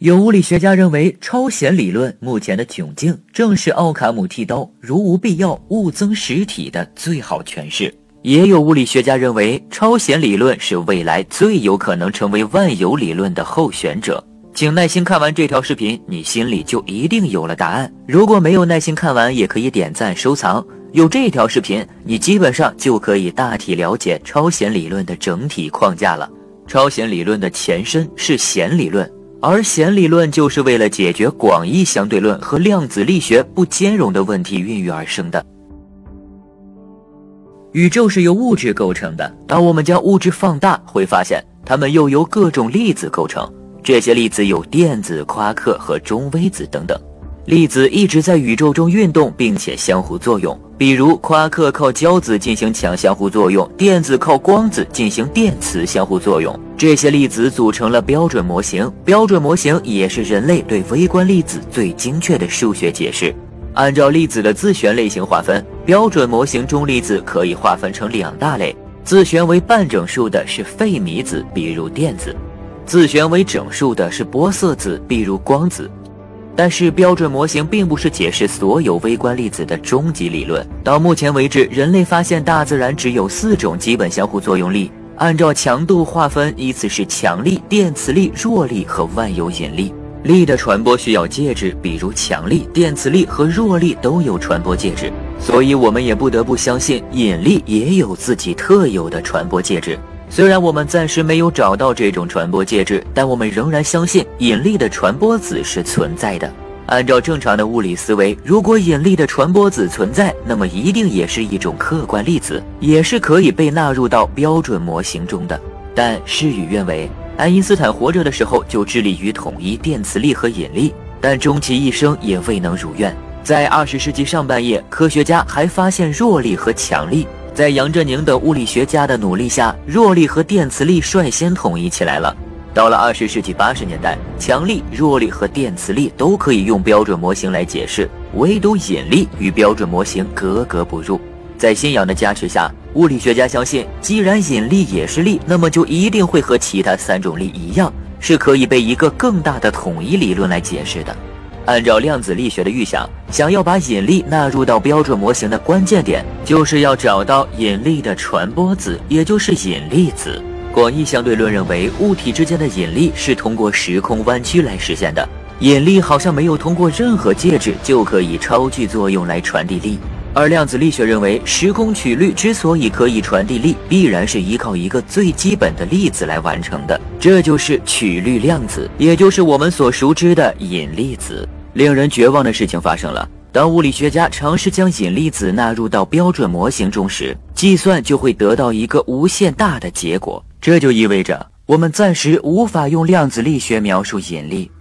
有物理学家认为，超弦理论目前的窘境正是奥卡姆剃刀如无必要勿增实体的最好诠释。也有物理学家认为，超弦理论是未来最有可能成为万有理论的候选者。请耐心看完这条视频，你心里就一定有了答案。如果没有耐心看完，也可以点赞收藏。有这条视频，你基本上就可以大体了解超弦理论的整体框架了。超弦理论的前身是弦理论，而弦理论就是为了解决广义相对论和量子力学不兼容的问题孕育而生的。宇宙是由物质构成的，当我们将物质放大，会发现它们又由各种粒子构成。这些粒子有电子、夸克和中微子等等。粒子一直在宇宙中运动，并且相互作用。比如夸克靠胶子进行强相互作用，电子靠光子进行电磁相互作用。这些粒子组成了标准模型，标准模型也是人类对微观粒子最精确的数学解释。按照粒子的自旋类型划分，标准模型中粒子可以划分成两大类，自旋为半整数的是费米子，比如电子；自旋为整数的是玻色子，比如光子。但是标准模型并不是解释所有微观粒子的终极理论。到目前为止，人类发现大自然只有4种基本相互作用力，按照强度划分，依次是强力、电磁力、弱力和万有引力。力的传播需要介质，比如强力、电磁力和弱力都有传播介质，所以我们也不得不相信引力也有自己特有的传播介质。虽然我们暂时没有找到这种传播介质，但我们仍然相信引力的传播子是存在的。按照正常的物理思维，如果引力的传播子存在，那么一定也是一种客观粒子，也是可以被纳入到标准模型中的。但事与愿违，爱因斯坦活着的时候就致力于统一电磁力和引力，但终其一生也未能如愿。在20世纪上半叶，科学家还发现弱力和强力。在杨振宁等物理学家的努力下，弱力和电磁力率先统一起来了。到了20世纪80年代，强力、弱力和电磁力都可以用标准模型来解释，唯独引力与标准模型格格不入。在信仰的加持下，物理学家相信，既然引力也是力，那么就一定会和其他3种力一样，是可以被一个更大的统一理论来解释的。按照量子力学的预想，想要把引力纳入到标准模型的关键点，就是要找到引力的传播子，也就是引力子。广义相对论认为，物体之间的引力是通过时空弯曲来实现的，引力好像没有通过任何介质就可以超距作用来传递力。而量子力学认为，时空曲率之所以可以传递力，必然是依靠一个最基本的粒子来完成的，这就是曲率量子，也就是我们所熟知的引力子。令人绝望的事情发生了，当物理学家尝试将引力子纳入到标准模型中时，计算就会得到一个无限大的结果，这就意味着我们暂时无法用量子力学描述引力。